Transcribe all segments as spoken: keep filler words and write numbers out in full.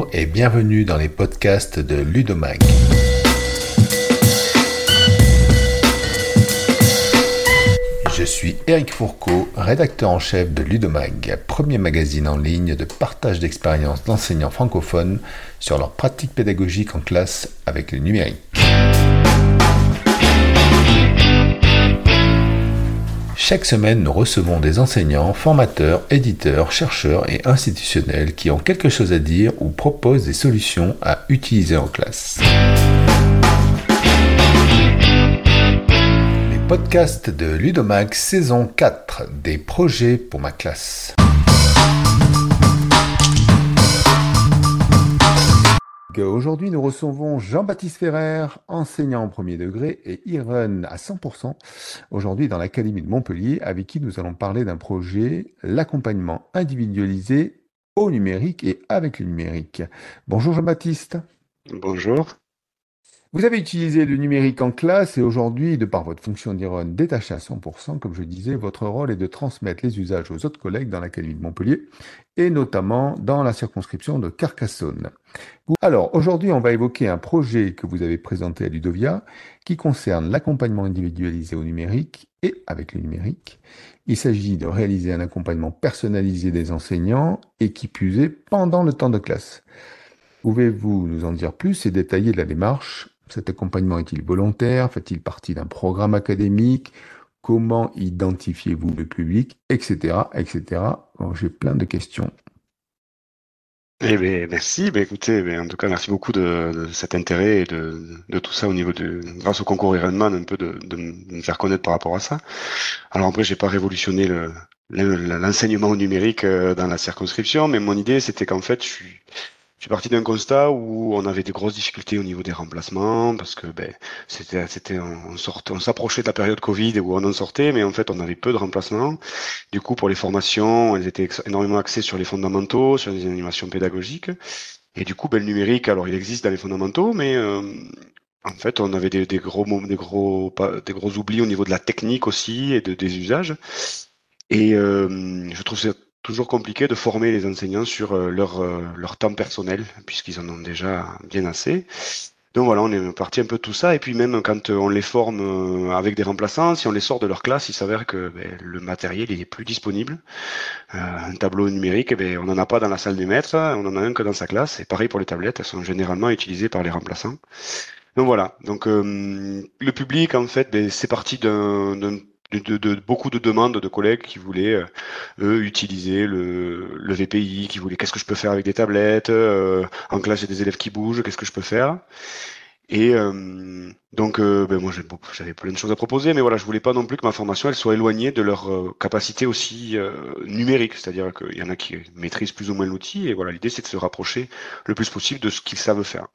Bonjour et bienvenue dans les podcasts de Ludomag. Je suis Eric Fourcault, rédacteur en chef de Ludomag, premier magazine en ligne de partage d'expériences d'enseignants francophones sur leurs pratiques pédagogiques en classe avec le numérique. Chaque semaine, nous recevons des enseignants, formateurs, éditeurs, chercheurs et institutionnels qui ont quelque chose à dire ou proposent des solutions à utiliser en classe. Les podcasts de Ludomag saison quatre, des projets pour ma classe. Aujourd'hui, nous recevons Jean-Baptiste Ferrer, enseignant en premier degré et e-run à cent pour cent, aujourd'hui dans l'Académie de Montpellier, avec qui nous allons parler d'un projet, l'accompagnement individualisé au numérique et avec le numérique. Bonjour Jean-Baptiste. Bonjour. Vous avez utilisé le numérique en classe et aujourd'hui, de par votre fonction d'e-run détachée à cent pour cent, comme je disais, votre rôle est de transmettre les usages aux autres collègues dans l'Académie de Montpellier et notamment dans la circonscription de Carcassonne. Alors, aujourd'hui, on va évoquer un projet que vous avez présenté à Ludovia qui concerne l'accompagnement individualisé au numérique et avec le numérique. Il s'agit de réaliser un accompagnement personnalisé des enseignants et qui plus est pendant le temps de classe. Pouvez-vous nous en dire plus et détailler la démarche ? Cet accompagnement est-il volontaire ? Fait-il partie d'un programme académique ? Comment identifiez-vous le public ? Etc. et cetera. Bon, j'ai plein de questions. Eh bien, merci. Ben, écoutez, ben, en tout cas, merci beaucoup de, de cet intérêt et de, de tout ça au niveau de, grâce au concours Ironman, un peu de, de, de me faire connaître par rapport à ça. Alors après, j'ai pas révolutionné le, le, l'enseignement au numérique euh, dans la circonscription, mais mon idée, c'était qu'en fait, je suis Je suis parti d'un constat où on avait des grosses difficultés au niveau des remplacements parce que ben c'était c'était on sortait, on s'approchait de la période Covid où on en sortait, mais en fait on avait peu de remplacements. Du coup, pour les formations, elles étaient énormément axées sur les fondamentaux, sur les animations pédagogiques. Et du coup, ben le numérique, alors il existe dans les fondamentaux, mais euh, en fait on avait des, des gros des gros pas- des gros oublis au niveau de la technique aussi et de, des usages. Et euh, je trouve ça toujours compliqué de former les enseignants sur euh, leur, euh, leur temps personnel, puisqu'ils en ont déjà bien assez. Donc voilà, on est parti un peu de tout ça. Et puis même quand euh, on les forme euh, avec des remplaçants, si on les sort de leur classe, il s'avère que ben, le matériel il est plus disponible. Euh, un tableau numérique, eh ben, on n'en a pas dans la salle des maîtres, on en a un que dans sa classe. Et pareil pour les tablettes, elles sont généralement utilisées par les remplaçants. Donc voilà. Donc euh, le public, en fait, ben, c'est parti d'un, d'un- de, de- de beaucoup de demandes de collègues qui voulaient euh, eux utiliser le, le V P I, qui voulaient qu'est-ce que je peux faire avec des tablettes, euh, en classe j'ai des élèves qui bougent, qu'est-ce que je peux faire. Et euh, donc euh, ben moi j'ai beaucoup- j'avais plein de choses à proposer, mais voilà, je voulais pas non plus que ma formation elle soit éloignée de leur euh, capacité aussi euh, numérique, c'est-à-dire qu'il y en a qui maîtrisent plus ou moins l'outil, et voilà, l'idée c'est de se rapprocher le plus possible de ce qu'ils savent faire.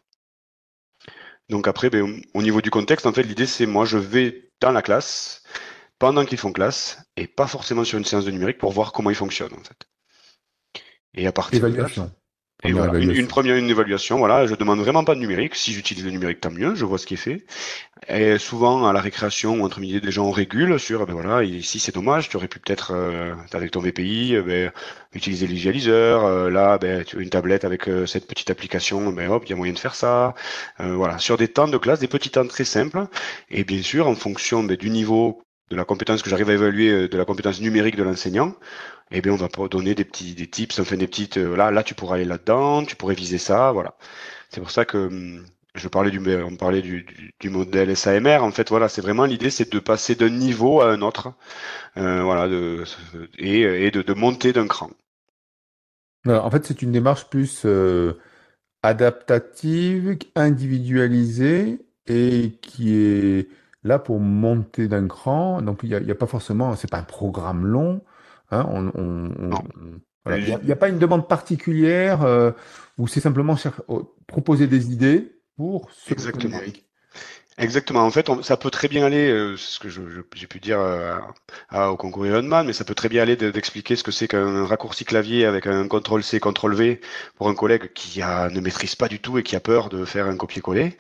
Donc après, ben, au niveau du contexte, en fait, l'idée c'est moi je vais dans la classe pendant qu'ils font classe et pas forcément sur une séance de numérique pour voir comment ils fonctionnent en fait. Et à partir de là, Évaluation. et Première voilà, une, une évaluation. première une évaluation, voilà, je demande vraiment pas de numérique. Si j'utilise le numérique, tant mieux, je vois ce qui est fait. Et souvent, à la récréation ou entre midi, des gens on régule sur, ben voilà, ici c'est dommage, tu aurais pu peut-être, euh, avec ton V P I, euh, ben, utiliser le visualiseur. Euh, là, ben, tu as une tablette avec euh, cette petite application, ben hop, il y a moyen de faire ça. Euh, voilà, sur des temps de classe, des petits temps très simples. Et bien sûr, en fonction ben, du niveau de la compétence que j'arrive à évaluer, euh, de la compétence numérique de l'enseignant, eh bien, on va pas donner des petits, des tips, enfin des petites, euh, là, là, tu pourras aller là-dedans, tu pourrais viser ça, voilà. C'est pour ça que hum, je parlais du, on parlait du, du, du modèle S A M R. En fait, voilà, c'est vraiment l'idée, c'est de passer d'un niveau à un autre, euh, voilà, de, et, et de, de monter d'un cran. Alors, en fait, c'est une démarche plus euh, adaptative, individualisée et qui est là pour monter d'un cran. Donc, il n'y a, il y a pas forcément, c'est pas un programme long. Hein, on, on- on- Non. on- voilà. Il n'y a, il y a pas une demande particulière euh, où c'est simplement cher- euh, proposer des idées pour se mettre au Exactement. numérique. Exactement. En fait, on- ça peut très bien aller, euh, c'est ce que je- je- j'ai pu dire euh, à- au concours Ironman, mais ça peut très bien aller de- d'expliquer ce que c'est qu'un raccourci clavier avec un contrôle C, contrôle V pour un collègue qui a, ne maîtrise pas du tout et qui a peur de faire un copier-coller,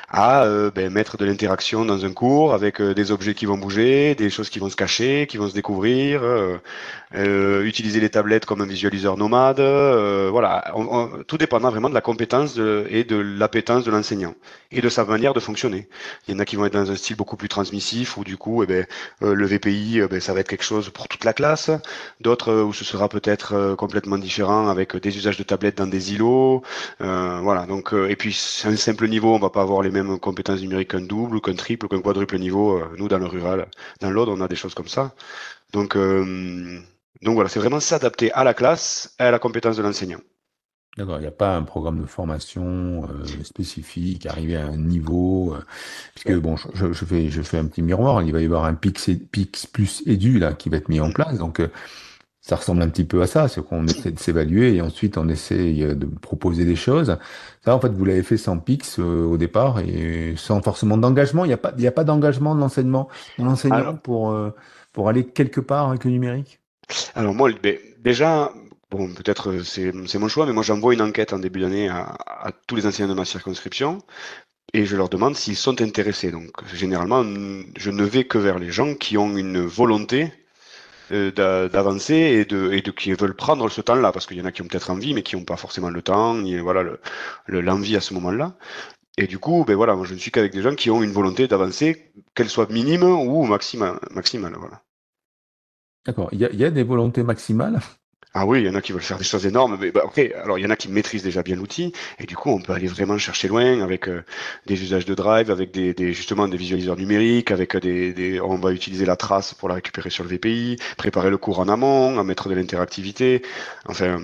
à euh, ben, mettre de l'interaction dans un cours avec euh, des objets qui vont bouger, des choses qui vont se cacher, qui vont se découvrir, euh, euh, utiliser les tablettes comme un visualiseur nomade, euh, voilà, on- on- tout dépendra vraiment de la compétence de- et de l'appétence de l'enseignant et de sa manière de fonctionner. Il y en a qui vont être dans un style beaucoup plus transmissif où du coup, eh ben, euh, le V P I, eh ben, ça va être quelque chose pour toute la classe. D'autres euh, où ce sera peut-être euh, complètement différent avec des usages de tablettes dans des îlots. Euh, voilà. Donc, euh, et puis c'est un simple niveau, on va pas avoir les mêmes compétences numériques qu'un double, ou qu'un triple, ou qu'un quadruple niveau. Euh, nous, dans le rural, dans l'Aude, on a des choses comme ça. Donc, euh, donc voilà, c'est vraiment s'adapter à la classe et à la compétence de l'enseignant. D'accord, il n'y a pas un programme de formation euh, spécifique, arrivé à un niveau, euh, puisque Ouais. bon, je, je- je fais, je fais un petit miroir, il va y avoir un Pix, Pix plus Edu là qui va être mis en place, donc euh, ça ressemble un petit peu à ça, c'est qu'on essaie de s'évaluer et ensuite on essaie euh, de proposer des choses. Ça, en fait, vous l'avez fait sans Pix euh, au départ et sans forcément d'engagement. Il n'y a pas, il y a pas d'engagement de l'enseignement, de l'enseignant Alors, pour euh, pour aller quelque part avec le numérique. alors moi, ben, déjà, bon, peut-être euh, c'est c'est mon choix, mais moi j'envoie une enquête en début d'année à, à tous les enseignants de ma circonscription et je leur demande s'ils sont intéressés. Donc, généralement, je ne vais que vers les gens qui ont une volonté euh, d'a- d'avancer et de, et de qui veulent prendre ce temps-là, parce qu'il y en a qui ont peut-être envie, mais qui n'ont pas forcément le temps, ni voilà le, le- l'envie à ce moment-là. Et du coup, ben voilà, moi je ne suis qu'avec des gens qui ont une volonté d'avancer, qu'elle soit minime ou maximale, maximale, voilà. D'accord, il y a, il y a des volontés maximales. Ah oui, il y en a qui veulent faire des choses énormes, mais bah, ok, alors il y en a qui maîtrisent déjà bien l'outil, et du coup on peut aller vraiment chercher loin avec euh, des usages de drive, avec des, des justement des visualiseurs numériques, avec euh, des, des, on va utiliser la trace pour la récupérer sur le V P I, préparer le cours en amont, à mettre de l'interactivité. Enfin,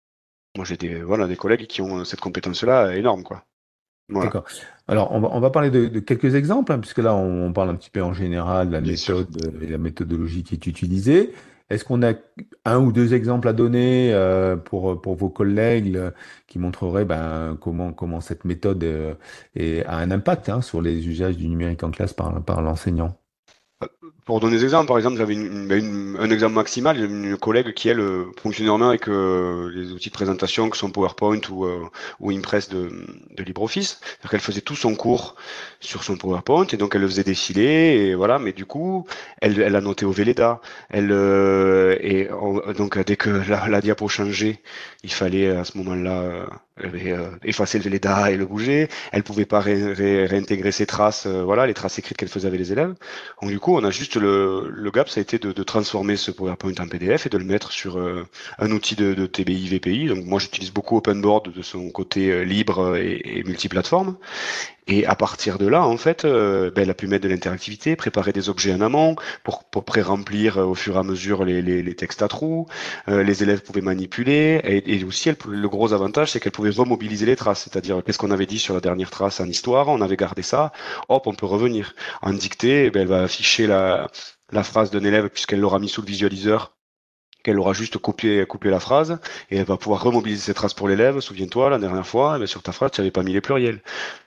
moi j'ai des voilà des collègues qui ont cette compétence-là énorme quoi. Voilà, D'accord. Alors, on va, on va parler de, de quelques exemples, hein, puisque là, on, on parle un petit peu en général de la bien sûr. méthode euh, et la méthodologie qui est utilisée. Est-ce qu'on a un ou deux exemples à donner euh, pour, pour vos collègues euh, qui montreraient ben, comment, comment cette méthode euh, est- a un impact hein, sur les usages du numérique en classe par, par l'enseignant? Pour donner des exemples, par exemple, j'avais une, une- une- un exemple maximal, j'ai une collègue qui, elle, euh, fonctionne énormément avec euh, les outils de présentation que sont PowerPoint ou, euh, ou Impress de, de LibreOffice. C'est-à-dire qu'elle faisait tout son cours sur son PowerPoint et donc elle le faisait défiler et voilà, mais du coup, elle, elle a noté au Velleda. Elle, euh, et on- donc, dès que la, la diapo changeait, il fallait à ce moment-là euh, euh, effacer le Velleda et le bouger. Elle pouvait pas ré- ré- réintégrer ses traces, euh, voilà, les traces écrites qu'elle faisait avec les élèves. Donc, du coup, on a juste le, le gap, ça a été de, de transformer ce PowerPoint en P D F et de le mettre sur euh, un outil de, de T B I V P I. Donc, moi, j'utilise beaucoup OpenBoard de son côté euh, libre et, et multiplateforme. Et à partir de là, en fait, euh, ben, elle a pu mettre de l'interactivité, préparer des objets en amont pour, pour pré-remplir euh, au fur et à mesure les, les, les textes à trous. Euh, les élèves pouvaient manipuler. Et, et aussi, elle, pouvait- le gros avantage, c'est qu'elle pouvait remobiliser les traces. C'est-à-dire, qu'est-ce qu'on avait dit sur la dernière trace en histoire, on avait gardé ça. Hop, on peut revenir. En dictée, eh ben, elle va afficher la, la phrase d'un élève puisqu'elle l'aura mis sous le visualiseur, qu'elle aura juste copié, coupé la phrase, et elle va pouvoir remobiliser cette trace pour l'élève. Souviens-toi, la dernière fois, eh ben, sur ta phrase, tu n'avais pas mis les pluriels.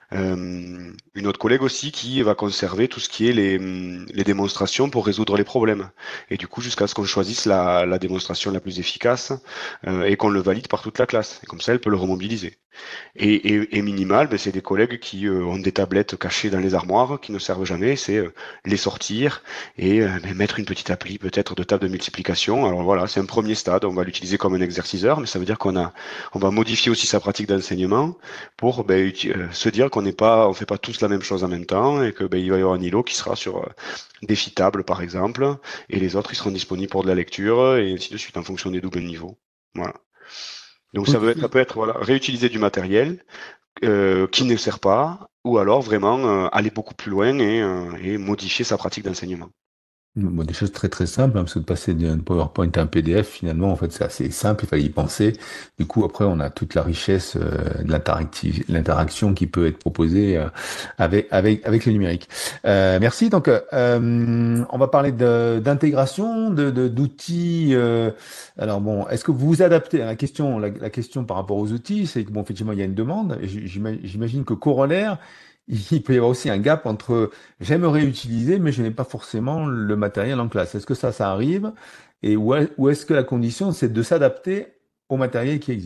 Euh, une autre collègue aussi qui va conserver tout ce qui est les, hum, les démonstrations pour résoudre les problèmes. Et du coup, jusqu'à ce qu'on choisisse la, la démonstration la plus efficace euh, et qu'on le valide par toute la classe. Et comme ça, elle peut le remobiliser. Et, et, et minimal, ben, c'est des collègues qui euh, ont des tablettes cachées dans les armoires, qui ne servent jamais, c'est euh, les sortir et euh, ben, mettre une petite appli peut-être de table de multiplication. Alors voilà, c'est un premier stade, on va l'utiliser comme un exerciceur, mais ça veut dire qu'on a, on va modifier aussi sa pratique d'enseignement pour ben, uti- euh, se dire qu'on n'est pas, on fait pas tous la même chose en même temps et que ben, il va y avoir un îlot qui sera sur euh, des tables par exemple, et les autres ils seront disponibles pour de la lecture et ainsi de suite en fonction des doubles niveaux. Voilà. Donc ça Ok. peut être, ça peut être voilà, réutiliser du matériel euh, qui ne sert pas, ou alors vraiment euh, aller beaucoup plus loin et, euh, et modifier sa pratique d'enseignement. Bon, des choses très très simples, hein, parce que de passer d'un PowerPoint à un P D F, finalement, en fait, c'est assez simple, il fallait y penser. Du coup, après, on a toute la richesse euh, de l'interactiv- l'interaction qui peut être proposée euh, avec, avec, avec le numérique. Euh, merci. Donc, euh, euh, on va parler de- d'intégration, de, de- d'outils. euh, alors bon, est-ce que vous vous adaptez à la question, la, la question par rapport aux outils, c'est que bon, effectivement, il y a une demande. Et j'ima- J'imagine que corollaire, il peut y avoir aussi un gap entre j'aimerais utiliser, mais je n'ai pas forcément le matériel en classe. Est-ce que ça, ça arrive? Et ou est- ou est-ce que la condition, c'est de s'adapter au matériel qui existe?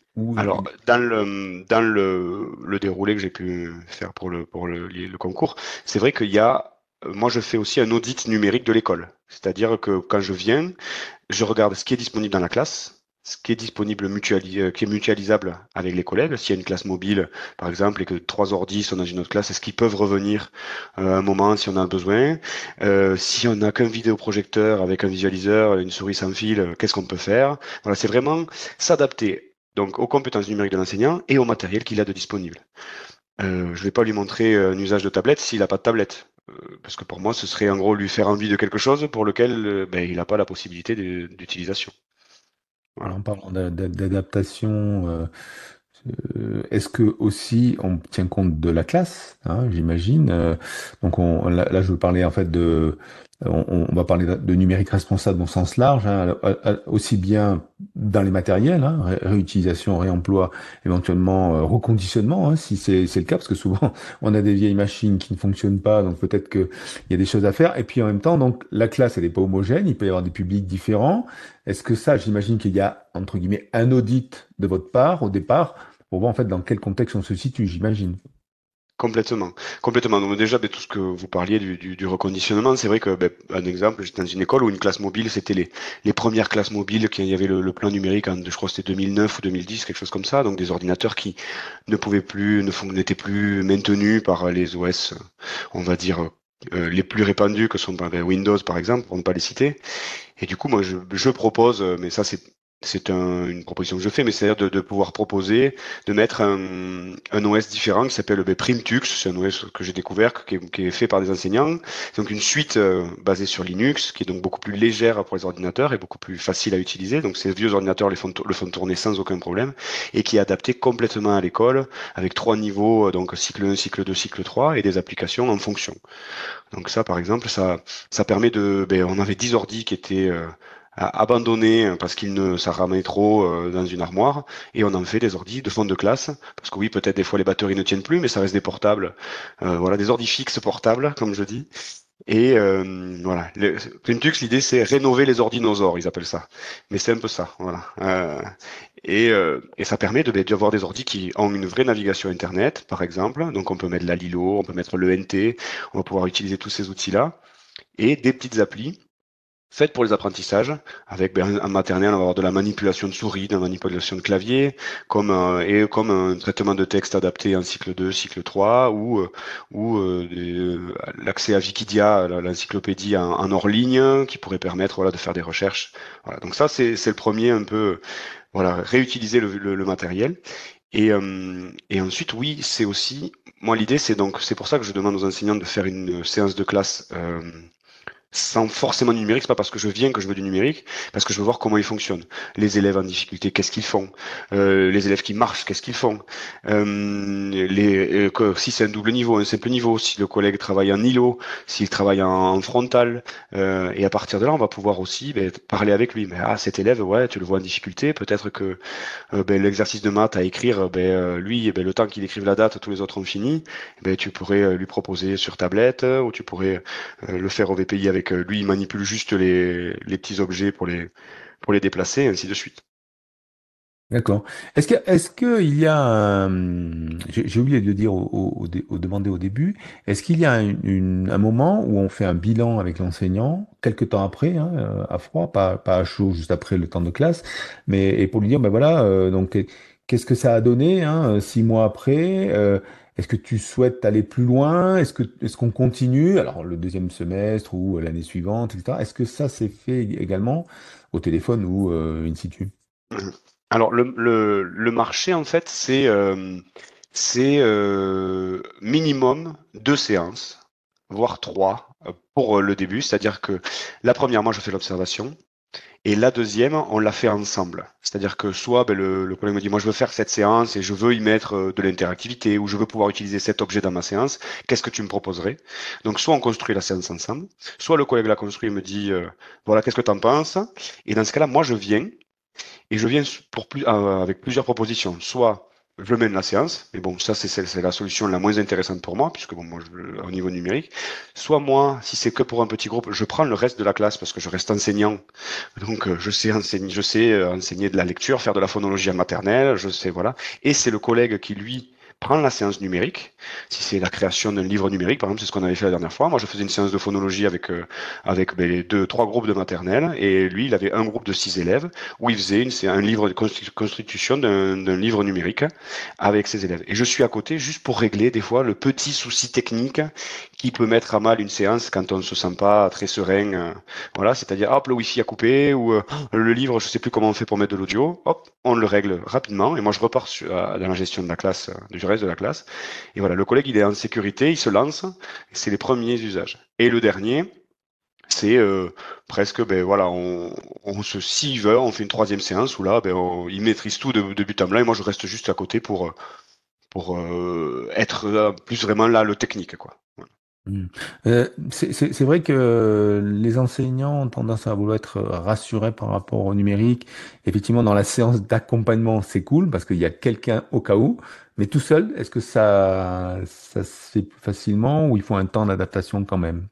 Ou Alors, dans le, dans le, le déroulé que j'ai pu faire pour le, pour le, le concours, c'est vrai qu'il y a, euh, moi je fais aussi un audit numérique de l'école. C'est-à-dire que quand je viens, je regarde ce qui est disponible dans la classe, ce qui est disponible mutuali- euh, qui est mutualisable avec les collègues. S'il y a une classe mobile, par exemple, et que trois ordis sont dans une autre classe, est-ce qu'ils peuvent revenir euh, un moment si on a besoin? Euh, si on n'a qu'un vidéoprojecteur avec un visualiseur, une souris sans fil, euh, qu'est-ce qu'on peut faire? Voilà, c'est vraiment s'adapter donc aux compétences numériques de l'enseignant et au matériel qu'il a de disponible. Euh, je vais pas lui montrer euh, un usage de tablette s'il n'a pas de tablette. Euh, Parce que pour moi, ce serait en gros lui faire envie de quelque chose pour lequel euh, ben, il n'a pas la possibilité de- d'utilisation. alors, Voilà. en parlant d'a- d'a- d'adaptation, euh, euh, est-ce que aussi on tient compte de la classe, hein, j'imagine. euh, donc on, là, là, je veux parler en fait de, on, on va parler de, de numérique responsable au sens large, hein, à- à- aussi bien dans les matériels, hein, ré- réutilisation, réemploi, éventuellement euh, reconditionnement, hein, si c'est c'est le cas, parce que souvent on a des vieilles machines qui ne fonctionnent pas, donc peut-être que il y a des choses à faire. Et puis en même temps, donc la classe elle n'est pas homogène, il peut y avoir des publics différents. Est-ce que ça, j'imagine qu'il y a entre guillemets un audit de votre part au départ pour voir en fait dans quel contexte on se situe, j'imagine. Complètement, complètement. Donc déjà, ben, tout ce que vous parliez du, du, du reconditionnement, c'est vrai que, ben, un exemple, j'étais dans une école où une classe mobile, c'était les, les premières classes mobiles, qu'il y avait le, le plan numérique, en, je crois que c'était deux mille neuf ou deux mille dix, quelque chose comme ça, donc des ordinateurs qui ne pouvaient plus, ne fon- n'étaient plus maintenus par les O S, on va dire, euh, les plus répandus, que sont ben, Windows par exemple, pour ne pas les citer. Et du coup, moi, je, je propose, euh, mais ça, c'est c'est un- une proposition que je fais, mais c'est-à-dire de, de pouvoir proposer de mettre un, un O S différent qui s'appelle le Primtux. C'est un O S que j'ai découvert, qui est, qui est fait par des enseignants. C'est donc une suite euh, basée sur Linux, qui est donc beaucoup plus légère pour les ordinateurs et beaucoup plus facile à utiliser. Donc ces vieux ordinateurs les font, le font tourner sans aucun problème et qui est adapté complètement à l'école avec trois niveaux, euh, donc cycle un, cycle deux, cycle trois et des applications en fonction. Donc ça, par exemple, ça, ça permet de, ben, on avait dix ordis qui étaient euh, à- abandonnés euh, parce qu'ils ne, ça ramait trop euh, dans une armoire, et on en fait des ordis de fond de classe, parce que oui, peut-être des fois les batteries ne tiennent plus, mais ça reste des portables, euh, voilà, des ordis fixes portables, comme je dis. Et euh, voilà, le, Plintux, l'idée c'est rénover les ordinosaures, ils appellent ça. Mais c'est un peu ça, voilà. Euh, et, euh, et ça permet de, ben, d'avoir des ordis qui ont une vraie navigation Internet, par exemple. Donc on peut mettre la Lilo, on peut mettre le N T, on va pouvoir utiliser tous ces outils-là. Et des petites applis faites pour les apprentissages, avec ben, en maternelle, on va avoir de la manipulation de souris, de la manipulation de clavier, comme euh, et comme un traitement de texte adapté en cycle deux, cycle trois, ou euh, ou euh, des- euh, l'accès à Wikidia, la- l'encyclopédie en, en hors ligne, qui pourrait permettre voilà de faire des recherches. Voilà. Donc ça c'est c'est le premier un peu voilà réutiliser le, le, le matériel. Et, euh, et ensuite, oui, c'est aussi, moi l'idée, c'est donc, c'est pour ça que je demande aux enseignants de faire une séance de classe euh, sans forcément du numérique. C'est pas parce que je viens que je veux du numérique, parce que je veux voir comment il fonctionne. Les élèves en difficulté, qu'est-ce qu'ils font? Euh, les élèves qui marchent, qu'est-ce qu'ils font? Euh, les, euh, que- si c'est un double niveau, un simple niveau, si le collègue travaille en îlot, s'il travaille en, en frontal, euh, et à partir de là, on va pouvoir aussi ben, parler avec lui. Mais ah, cet élève, ouais, tu le vois en difficulté, peut-être que euh, ben, l'exercice de maths à écrire, ben, euh, lui, eh ben, le temps qu'il écrive la date, tous les autres ont fini, eh ben, tu pourrais euh, lui proposer sur tablette, euh, ou tu pourrais euh, le faire au V P I avec euh, lui, il manipule juste les, les petits objets pour les, pour les déplacer, et ainsi de suite. D'accord. Est-ce que, est-ce que il y a un, j'ai j'ai oublié de le dire au, au, au dé- au demander au début, est-ce qu'il y a une- une- un moment où on fait un bilan avec l'enseignant, quelque temps après, hein, euh, à froid, pas, pas à chaud, juste après le temps de classe, mais et pour lui dire, ben voilà, euh, donc qu'est-ce que ça a donné, hein, euh, six mois après, euh, est-ce que tu souhaites aller plus loin, est-ce que, est-ce qu'on continue, alors le deuxième semestre ou l'année suivante, et cetera. Est-ce que ça s'est fait également au téléphone ou euh, in situ? Mhm. Alors le, le, le marché en fait c'est euh, c'est euh, minimum deux séances, voire trois euh, pour euh, le début, c'est-à-dire que la première, moi je fais l'observation. Et la deuxième, on l'a fait ensemble. C'est-à-dire que soit ben, le, le collègue me dit, moi je veux faire cette séance et je veux y mettre euh, de l'interactivité ou je veux pouvoir utiliser cet objet dans ma séance, qu'est-ce que tu me proposerais? Donc soit on construit la séance ensemble, soit le collègue l'a construit et me dit, euh, voilà, qu'est-ce que tu en penses? Et dans ce cas-là, moi je viens et je viens pour plus, euh, avec plusieurs propositions. Soit je mène la séance, mais bon, ça c'est c'est c'est la solution la moins intéressante pour moi, puisque bon, moi, je, au niveau numérique, soit moi, si c'est que pour un petit groupe, je prends le reste de la classe parce que je reste enseignant, donc euh, je sais enseigner, je sais euh, enseigner de la lecture, faire de la phonologie en maternelle, je sais voilà, et c'est le collègue qui lui prend la séance numérique. Si c'est la création d'un livre numérique, par exemple, c'est ce qu'on avait fait la dernière fois. Moi, je faisais une séance de phonologie avec euh, avec ben, les deux, trois groupes de maternelle, et lui, il avait un groupe de six élèves où il faisait une, c'est un livre de constitu- constitution d'un d'un livre numérique avec ses élèves. Et je suis à côté juste pour régler des fois le petit souci technique qui peut mettre à mal une séance quand on ne se sent pas très serein. euh, voilà, c'est-à-dire hop, le wifi a coupé ou euh, le livre, je sais plus comment on fait pour mettre de l'audio. Hop, on le règle rapidement et moi je repars sur, euh, dans la gestion de la classe, euh, du reste de la classe. Et voilà, le collègue il est en sécurité, il se lance. C'est les premiers usages. Et le dernier, c'est euh, presque, ben voilà, on, on se, s'il veut, on fait une troisième séance où là, ben, on- il maîtrise tout de, de but en blanc et moi je reste juste à côté pour, euh, pour euh, être euh, plus vraiment là le technique, quoi. Voilà. Mm. Euh, c'est c'est- c'est vrai que les enseignants ont tendance à vouloir être rassurés par rapport au numérique. Effectivement, dans la séance d'accompagnement, c'est cool parce qu'il y a quelqu'un au cas où, mais tout seul, est-ce que ça, ça se fait plus facilement ou il faut un temps d'adaptation quand même?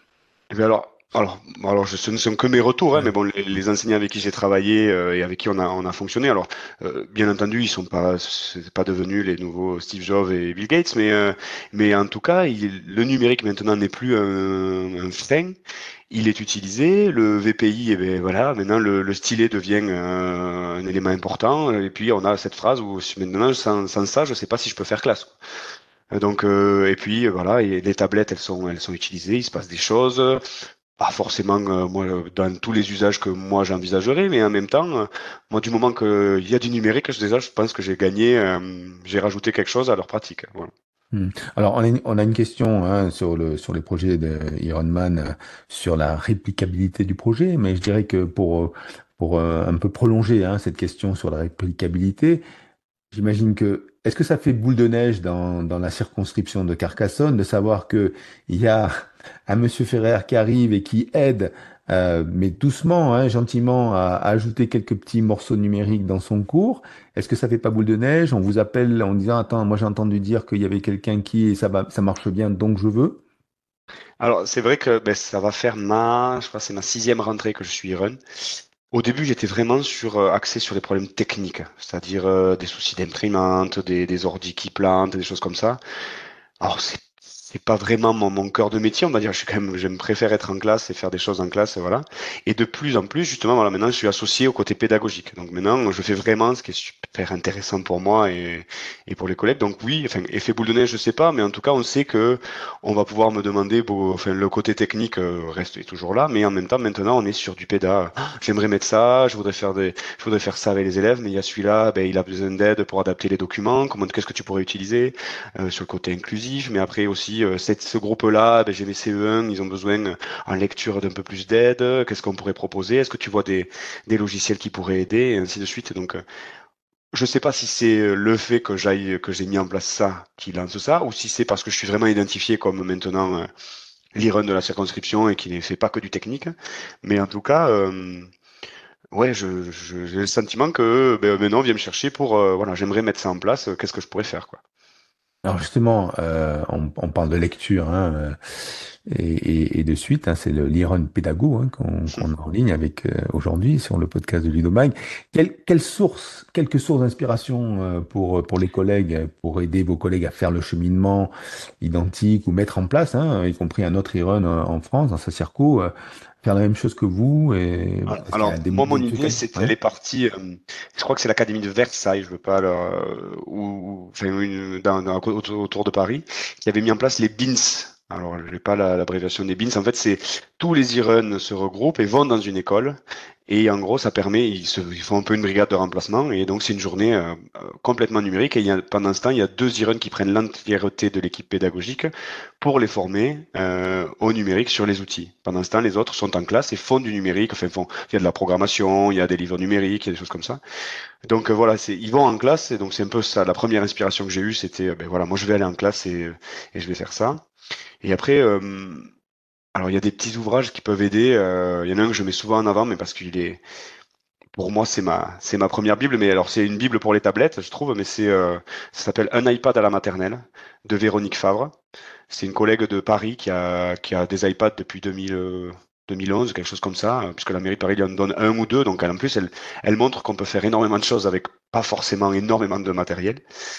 Eh bien alors, alors, alors je, ce ne sont que mes retours, hein, mais Ouais. bon, les, les enseignants avec qui j'ai travaillé euh, et avec qui on a, on a fonctionné, alors euh, bien entendu, ils sont pas, c'est pas devenus les nouveaux Steve Jobs et Bill Gates, mais euh, mais en tout cas, il- le numérique maintenant n'est plus un, un frein. Il est utilisé, le V P I, eh ben voilà, maintenant le, le stylet devient euh, un élément important, et puis on a cette phrase où si maintenant sans, sans ça, je sais pas si je peux faire classe. Euh, Donc, euh, et puis euh, voilà, et les tablettes, elles sont, elles sont utilisées, il se passe des choses. Pas forcément, euh, moi, euh, dans tous les usages que moi j'envisagerais, mais en même temps, euh, moi, du moment qu'il y a du numérique, je- déjà, je pense que j'ai gagné, euh, j'ai rajouté quelque chose à leur pratique. Voilà. Hmm. Alors, on a une, on a une question hein, sur le, sur les projets de Ironman, euh, sur la réplicabilité du projet, mais je dirais que pour, euh, pour euh, un peu prolonger hein, cette question sur la réplicabilité, j'imagine que, est-ce que ça fait boule de neige dans, dans la circonscription de Carcassonne de savoir que il y a un monsieur Ferrer qui arrive et qui aide, euh, mais doucement, hein, gentiment, à, à ajouter quelques petits morceaux numériques dans son cours? Est-ce que ça fait pas boule de neige? On vous appelle en disant, attends, moi j'ai entendu dire qu'il y avait quelqu'un qui, et ça va, ça marche bien, donc je veux. Alors, c'est vrai que ben, ça va faire ma, je crois, que c'est ma sixième rentrée que je suis run. Au début, j'étais vraiment sur, euh, axé sur les problèmes techniques, c'est-à-dire euh, des soucis d'imprimante, des, des ordis qui plantent, des choses comme ça. Alors, c'est c'est pas vraiment mon, mon cœur de métier, on va dire. Je suis quand même, j'aime préfère être en classe et faire des choses en classe, voilà. Et de plus en plus, justement, voilà, maintenant, je suis associé au côté pédagogique. Donc maintenant, je fais vraiment ce qui est super intéressant pour moi et, et pour les collègues. Donc oui, enfin, effet boule de neige, je sais pas, mais en tout cas, on sait que on va pouvoir me demander, bon, enfin, le côté technique euh, reste est toujours là, mais en même temps, maintenant, on est sur du péda. Ah, j'aimerais mettre ça, je voudrais faire des, je voudrais faire ça avec les élèves, mais il y a celui-là, ben, il a besoin d'aide pour adapter les documents. Comment, qu'est-ce que tu pourrais utiliser? Euh, sur le côté inclusif, mais après aussi euh, cette, ce groupe-là, ben, j'ai mes C E un, ils ont besoin euh, en lecture d'un peu plus d'aide. Qu'est-ce qu'on pourrait proposer? Est-ce que tu vois des, des logiciels qui pourraient aider? Et ainsi de suite. Donc, euh, je sais pas si c'est euh, le fait que j'aille, que j'ai mis en place ça qui lance ça, ou si c'est parce que je suis vraiment identifié comme maintenant euh, l'E-Run de la circonscription et qui ne fait pas que du technique. Mais en tout cas, euh, ouais, je, je- j'ai le sentiment que ben, maintenant on vient me chercher pour, euh, voilà, j'aimerais mettre ça en place. euh, Qu'est-ce que je pourrais faire, quoi. Alors justement, euh, on, on parle de lecture hein, euh, et, et- et de suite, hein, c'est le l'Iron Pédago hein, qu'on qu'on a en ligne avec euh, aujourd'hui sur le podcast de Ludomag. Quelle, quelle source, quelques sources d'inspiration euh, pour, pour les collègues, euh, pour aider vos collègues à faire le cheminement identique ou mettre en place, hein, y compris un autre Iron euh, en France, dans sa circo, euh, faire la même chose que vous et Alors, est-ce qu'il y alors, a des, moi, mon des trucs idée, comme... c'est Ouais. elle est partie. euh, je crois que c'est l'Académie de Versailles, je veux pas leur, euh, ou, ou- enfin, une, dans, dans- autour, autour de Paris, qui avait mis en place les B I N S. Alors, je n'ai pas la- l'abréviation des B I N S. En fait, c'est tous les e se regroupent et vont dans une école. Et en gros, ça permet, ils, se, ils font un peu une brigade de remplacement. Et donc, c'est une journée euh, euh, complètement numérique. Et il y a, pendant ce temps, il y a deux e qui prennent l'entièreté de l'équipe pédagogique pour les former euh, au numérique sur les outils. Pendant ce temps, les autres sont en classe et font du numérique. Enfin, font, il y a de la programmation, il y a des livres numériques, il y a des choses comme ça. Donc euh, voilà, c'est, ils vont en classe et donc c'est un peu ça. La première inspiration que j'ai eue, c'était, euh, ben voilà, moi je vais aller en classe et, euh, et je vais faire ça. Et après, euh, alors il y a des petits ouvrages qui peuvent aider. Euh, il y en a un que je mets souvent en avant, mais parce qu'il est pour moi, c'est ma, c'est ma première Bible, mais alors c'est une Bible pour les tablettes, je trouve, mais c'est, euh, ça s'appelle Un iPad à la maternelle de Véronique Favre. C'est une collègue de Paris qui a, qui a des iPads depuis deux mille, euh, deux mille onze, quelque chose comme ça, euh, puisque la mairie de Paris lui en donne un ou deux, donc elle, en plus, elle, elle montre qu'on peut faire énormément de choses avec pas forcément énormément de matériel.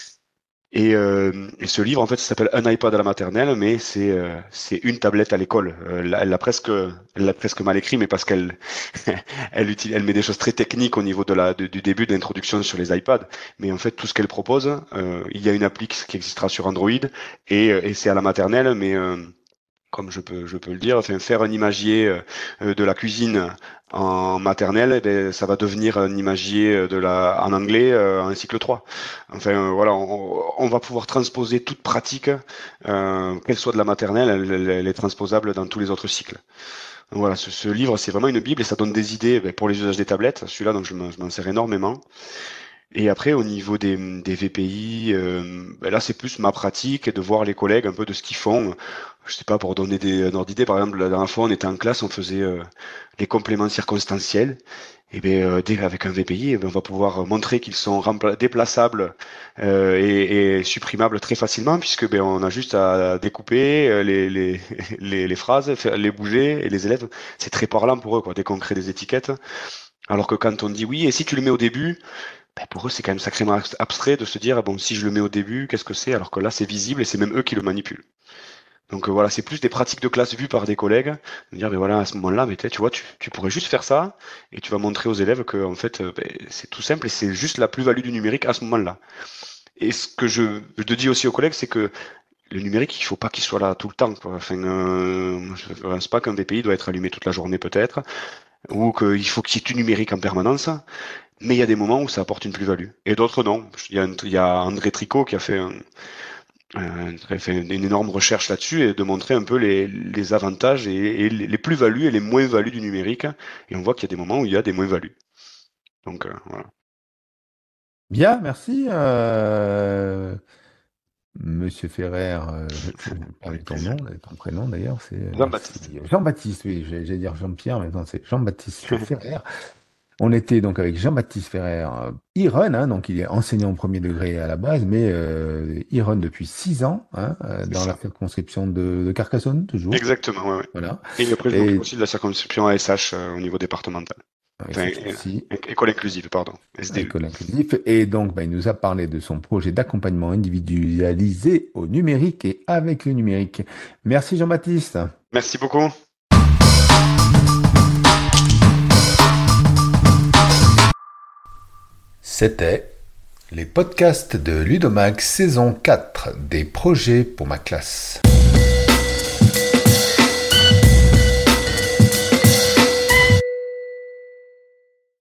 Et, euh, et ce livre, en fait, ça s'appelle Un iPad à la maternelle, mais c'est euh, c'est une tablette à l'école. Euh, elle elle l'a presque, elle l'a presque mal écrit, mais parce qu'elle elle utilise, elle met des choses très techniques au niveau de la de- du début de l'introduction sur les iPads. Mais en fait, tout ce qu'elle propose, euh, il y a une appli qui existera sur Android et, euh, et c'est à la maternelle, mais euh, comme je peux, je peux le dire, enfin, faire un imagier euh, euh, de la cuisine en maternelle, eh ben, ça va devenir un imagier euh, de la, en anglais euh, en cycle trois. Enfin, euh, voilà, on, on va pouvoir transposer toute pratique, euh, qu'elle soit de la maternelle, elle, elle- elle est transposable dans tous les autres cycles. Donc voilà, ce, ce livre, c'est vraiment une bible et ça donne des idées ben, pour les usages des tablettes. Celui-là, donc je m'en je m'en sers énormément. Et après, au niveau des, des V P I, euh, ben là, c'est plus ma pratique et de voir les collègues un peu de ce qu'ils font. Je sais pas, pour donner des, un ordre d'idée, par exemple, la dernière fois, on était en classe, on faisait euh, les compléments circonstanciels. Et bien, euh, dès avec un V P I, eh ben, on va pouvoir montrer qu'ils sont rempla- déplaçables euh, et, et supprimables très facilement, puisque ben, on a juste à découper euh, les, les, les, les phrases, faire, les bouger, et les élèves, c'est très parlant pour eux, quoi, dès qu'on crée des étiquettes. Alors que quand on dit oui, et si tu le mets au début, ben, pour eux, c'est quand même sacrément abstrait de se dire, bon, si je le mets au début, qu'est-ce que c'est? Alors que là, c'est visible et c'est même eux qui le manipulent. Donc euh, voilà, c'est plus des pratiques de classe vues par des collègues, de dire, ben voilà, à ce moment-là, mais tu vois, tu, tu pourrais juste faire ça, et tu vas montrer aux élèves que, en fait, euh, ben, c'est tout simple et c'est juste la plus-value du numérique à ce moment-là. Et ce que je, je te dis aussi aux collègues, c'est que le numérique, il faut pas qu'il soit là tout le temps, quoi. Enfin, euh, je pense pas qu'un V P I doit être allumé toute la journée, peut-être, ou qu'il faut qu'il y ait du numérique en permanence. Mais il y a des moments où ça apporte une plus-value. Et d'autres, non. Il y a, un- il y a André Tricot qui a fait, un- un- qui a fait une énorme recherche là-dessus et de montrer un peu les, les avantages et, et les les plus-values et les moins-values du numérique. Et on voit qu'il y a des moments où il y a des moins-values. Donc, euh, voilà. Bien, merci. euh, Monsieur Ferrer, euh, je je vais parler de ton nom, là, ton prénom d'ailleurs, c'est euh, merci. Jean-Baptiste. Jean-Baptiste, oui, j'allais j'allais dire Jean-Pierre, mais non, c'est Jean-Baptiste Ferrer. On était donc avec Jean-Baptiste Ferrer, euh, Iron, hein, donc il est enseignant au premier degré à la base, mais euh, Iron depuis six ans, hein, euh, C'est dans la ça. circonscription de, de Carcassonne, toujours. Exactement, ouais, ouais. Voilà. Et après, je m'occupe Et aussi de la circonscription A S H euh, au niveau départemental. et Enfin, cette é- fois-ci, é- école inclusive, pardon. à S D U. École inclusif. Et donc, bah, il nous a parlé de son projet d'accompagnement individualisé au numérique et avec le numérique. Merci Jean-Baptiste. Merci beaucoup. C'était les podcasts de Ludomax saison quatre des projets pour ma classe.